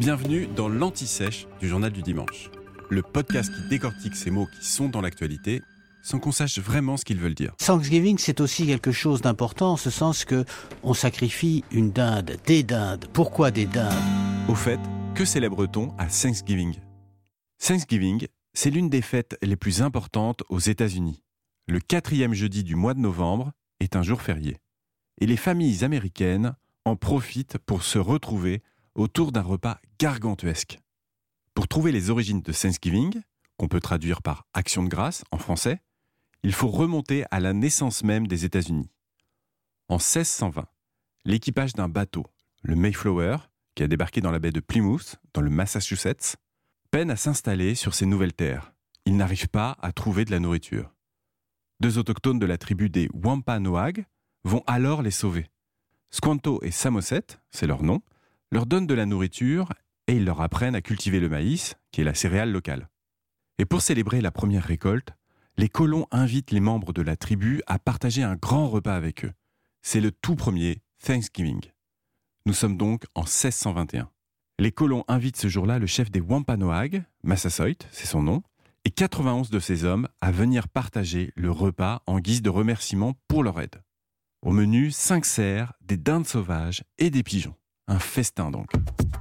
Bienvenue dans l'Anti-Sèche du Journal du Dimanche, le podcast qui décortique ces mots qui sont dans l'actualité sans qu'on sache vraiment ce qu'ils veulent dire. Thanksgiving, c'est aussi quelque chose d'important en ce sens que on sacrifie une dinde, des dindes. Pourquoi des dindes ? Au fait, que célèbre-t-on à Thanksgiving ? Thanksgiving, c'est l'une des fêtes les plus importantes aux États-Unis. Le 4e jeudi du mois de novembre est un jour férié. Et les familles américaines en profitent pour se retrouver autour d'un repas gargantuesque. Pour trouver les origines de Thanksgiving, qu'on peut traduire par Action de grâce en français, il faut remonter à la naissance même des États-Unis. En 1620, l'équipage d'un bateau, le Mayflower, qui a débarqué dans la baie de Plymouth, dans le Massachusetts, peine à s'installer sur ces nouvelles terres. Il n'arrive pas à trouver de la nourriture. 2 autochtones de la tribu des Wampanoag vont alors les sauver. Squanto et Samoset, c'est leur nom, leur donnent de la nourriture et ils leur apprennent à cultiver le maïs, qui est la céréale locale. Et pour célébrer la première récolte, les colons invitent les membres de la tribu à partager un grand repas avec eux. C'est le tout premier Thanksgiving. Nous sommes donc en 1621. Les colons invitent ce jour-là le chef des Wampanoag, Massasoit, c'est son nom, et 91 de ses hommes à venir partager le repas en guise de remerciement pour leur aide. Au menu, 5 cerfs, des dindes sauvages et des pigeons. Un festin donc.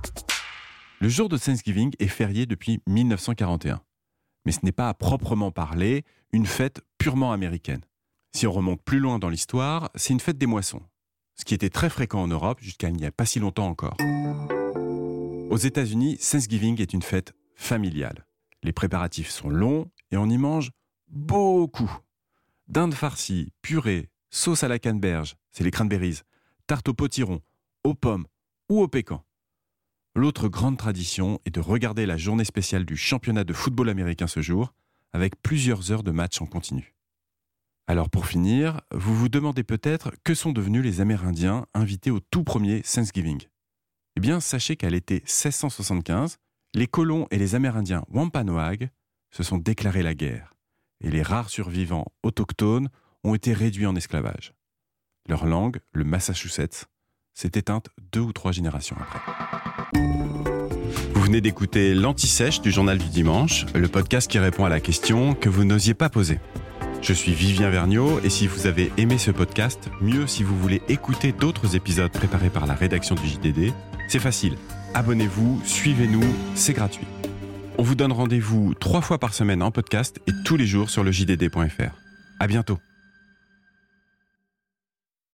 Le jour de Thanksgiving est férié depuis 1941. Mais ce n'est pas à proprement parler une fête purement américaine. Si on remonte plus loin dans l'histoire, c'est une fête des moissons. Ce qui était très fréquent en Europe jusqu'à il n'y a pas si longtemps encore. Aux États-Unis, Thanksgiving est une fête familiale. Les préparatifs sont longs et on y mange beaucoup. Dinde farcie, purée, sauce à la canneberge, c'est les cranberries, tarte au potiron, aux pommes ou au pécan. L'autre grande tradition est de regarder la journée spéciale du championnat de football américain ce jour, avec plusieurs heures de match en continu. Alors pour finir, vous vous demandez peut-être que sont devenus les Amérindiens invités au tout premier Thanksgiving. Eh bien, sachez qu'à l'été 1675, les colons et les Amérindiens Wampanoag se sont déclarés la guerre, et les rares survivants autochtones ont été réduits en esclavage. Leur langue, le Massachusetts, s'est éteinte 2 ou 3 générations après. Vous venez d'écouter l'Anti-Sèche du Journal du Dimanche, le podcast qui répond à la question que vous n'osiez pas poser. Je suis Vivien Vergniaud et si vous avez aimé ce podcast, mieux si vous voulez écouter d'autres épisodes préparés par la rédaction du JDD, c'est facile. Abonnez-vous, suivez-nous, c'est gratuit. On vous donne rendez-vous 3 fois par semaine en podcast et tous les jours sur le JDD.fr. À bientôt.